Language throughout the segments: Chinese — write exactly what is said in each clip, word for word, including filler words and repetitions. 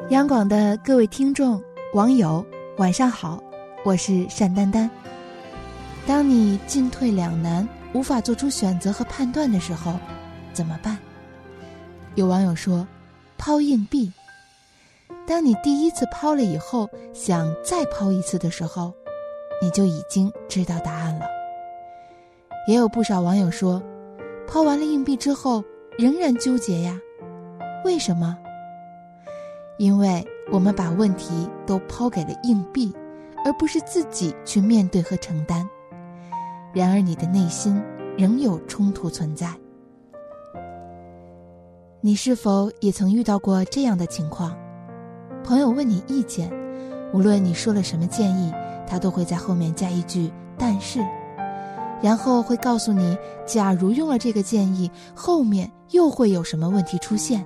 央广的各位听众、网友，晚上好，我是单丹丹。当你进退两难，无法做出选择和判断的时候，怎么办？有网友说，抛硬币。当你第一次抛了以后，想再抛一次的时候，你就已经知道答案了。也有不少网友说，抛完了硬币之后，仍然纠结呀，为什么？因为我们把问题都抛给了硬币，而不是自己去面对和承担。然而你的内心仍有冲突存在。你是否也曾遇到过这样的情况？朋友问你意见，无论你说了什么建议，他都会在后面加一句但是，然后会告诉你，假如用了这个建议，后面又会有什么问题出现。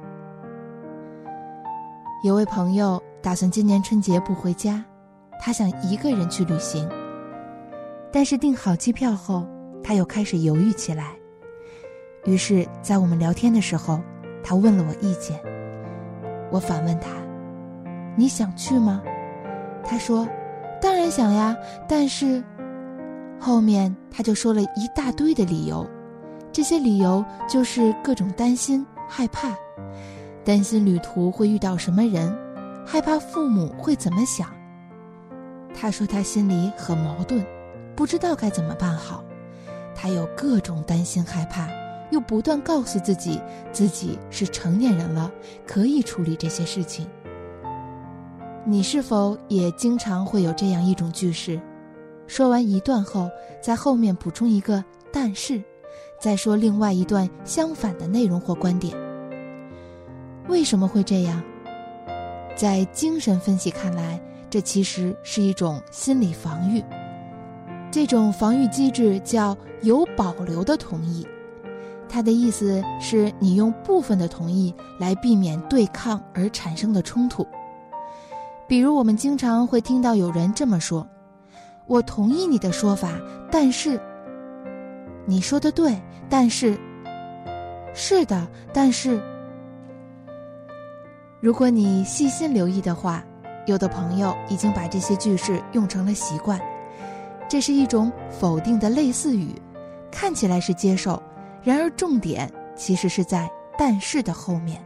有位朋友打算今年春节不回家，他想一个人去旅行，但是订好机票后，他又开始犹豫起来。于是在我们聊天的时候，他问了我意见。我反问他，你想去吗？他说，当然想呀，但是……后面他就说了一大堆的理由，这些理由就是各种担心、害怕，担心旅途会遇到什么人，害怕父母会怎么想。他说他心里很矛盾，不知道该怎么办好。他有各种担心害怕，又不断告诉自己，自己是成年人了，可以处理这些事情。你是否也经常会有这样一种句式，说完一段后，在后面补充一个但是，再说另外一段相反的内容或观点？为什么会这样？在精神分析看来，这其实是一种心理防御。这种防御机制叫有保留的同意，它的意思是你用部分的同意来避免对抗而产生的冲突。比如我们经常会听到有人这么说，我同意你的说法，但是……你说的对，但是……是的，但是……如果你细心留意的话，有的朋友已经把这些句式用成了习惯。这是一种否定的类似语，看起来是接受，然而重点其实是在但是的后面。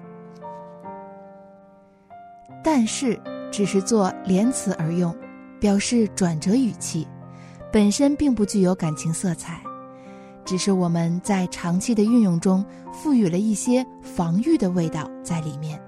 但是只是做连词而用，表示转折语气，本身并不具有感情色彩，只是我们在长期的运用中赋予了一些防御的味道在里面。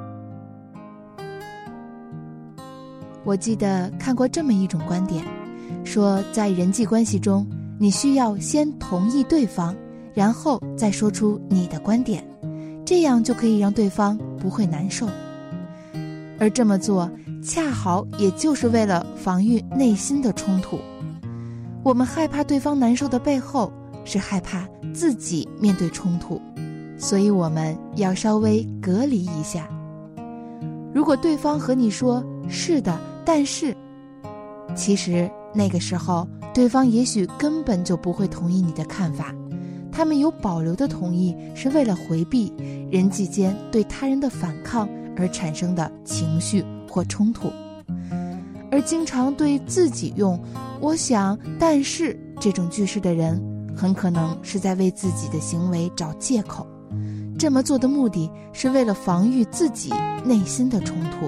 我记得看过这么一种观点，说在人际关系中，你需要先同意对方，然后再说出你的观点，这样就可以让对方不会难受。而这么做恰好也就是为了防御内心的冲突。我们害怕对方难受的背后，是害怕自己面对冲突，所以我们要稍微隔离一下。如果对方和你说是的，但是，其实那个时候对方也许根本就不会同意你的看法，他们有保留的同意是为了回避人际间对他人的反抗而产生的情绪或冲突。而经常对自己用我想但是这种句式的人，很可能是在为自己的行为找借口，这么做的目的是为了防御自己内心的冲突。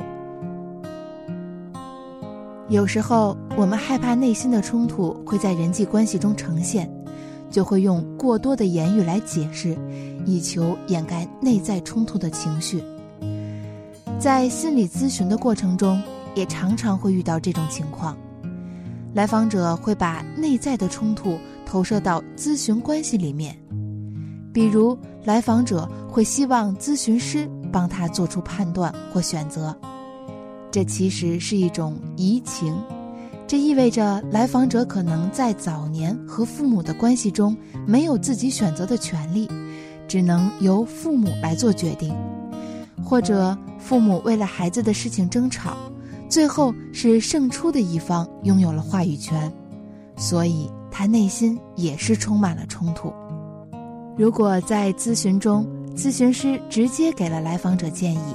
有时候我们害怕内心的冲突会在人际关系中呈现，就会用过多的言语来解释，以求掩盖内在冲突的情绪。在心理咨询的过程中，也常常会遇到这种情况，来访者会把内在的冲突投射到咨询关系里面。比如来访者会希望咨询师帮他做出判断或选择，这其实是一种移情，这意味着来访者可能在早年和父母的关系中没有自己选择的权利，只能由父母来做决定，或者父母为了孩子的事情争吵，最后是胜出的一方拥有了话语权，所以他内心也是充满了冲突。如果在咨询中，咨询师直接给了来访者建议，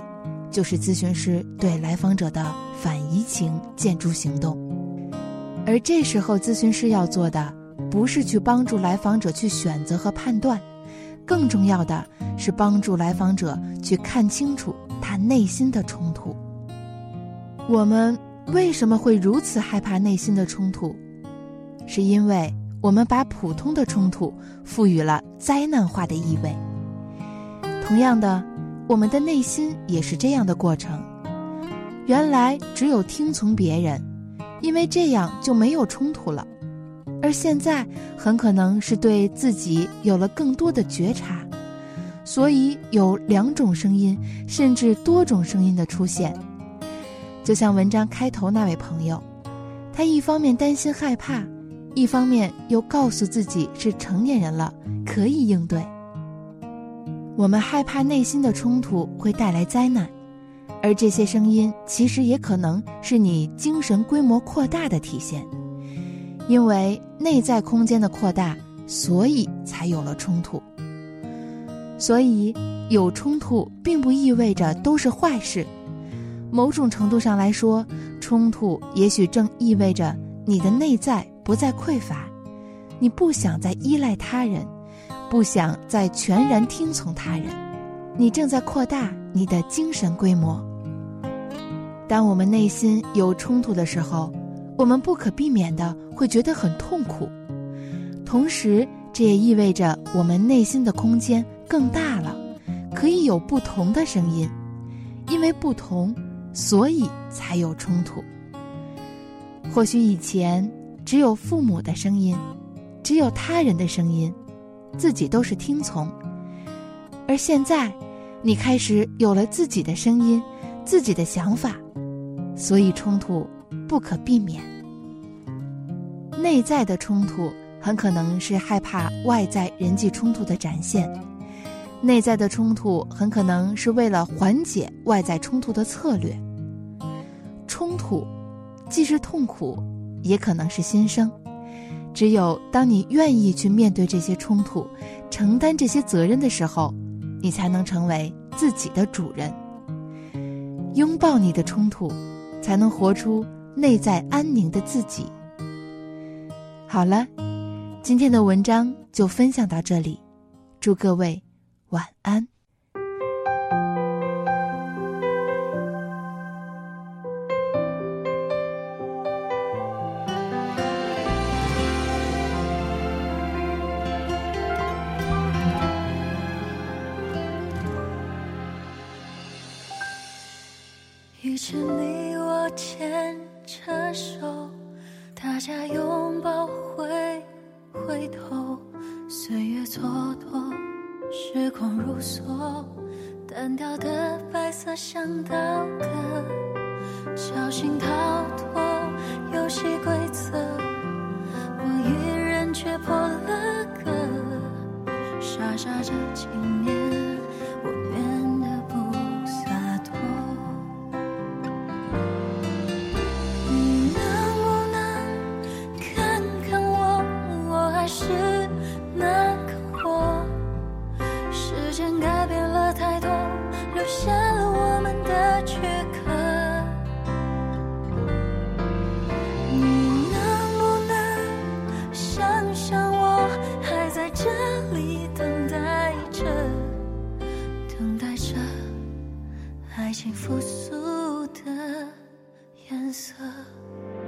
就是咨询师对来访者的反移情建筑行动。而这时候咨询师要做的不是去帮助来访者去选择和判断，更重要的是帮助来访者去看清楚他内心的冲突。我们为什么会如此害怕内心的冲突？是因为我们把普通的冲突赋予了灾难化的意味。同样的，我们的内心也是这样的过程。原来只有听从别人，因为这样就没有冲突了。而现在很可能是对自己有了更多的觉察，所以有两种声音，甚至多种声音的出现。就像文章开头那位朋友，他一方面担心害怕，一方面又告诉自己是成年人了，可以应对。我们害怕内心的冲突会带来灾难，而这些声音其实也可能是你精神规模扩大的体现。因为内在空间的扩大，所以才有了冲突。所以有冲突并不意味着都是坏事，某种程度上来说，冲突也许正意味着你的内在不再匮乏，你不想再依赖他人，不想再全然听从他人，你正在扩大你的精神规模。当我们内心有冲突的时候，我们不可避免地会觉得很痛苦，同时这也意味着我们内心的空间更大了，可以有不同的声音，因为不同，所以才有冲突。或许以前只有父母的声音，只有他人的声音，自己都是听从，而现在你开始有了自己的声音，自己的想法，所以冲突不可避免。内在的冲突很可能是害怕外在人际冲突的展现，内在的冲突很可能是为了缓解外在冲突的策略。冲突既是痛苦，也可能是新生。只有当你愿意去面对这些冲突，承担这些责任的时候，你才能成为自己的主人。拥抱你的冲突，才能活出内在安宁的自己。好了，今天的文章就分享到这里，祝各位晚安。 一直你我牵着手，大家拥抱回回头，岁月蹉跎，时光如梭，单调的白色像刀割，小心逃脱游戏规则，我一人却破了格，傻傻这几年我变得不洒脱。你能不能看看我，我还是那个我，时间改变了太多，留下了我们的躯壳。你能不能想想我还在这里等待着，等待着爱情复苏的颜色。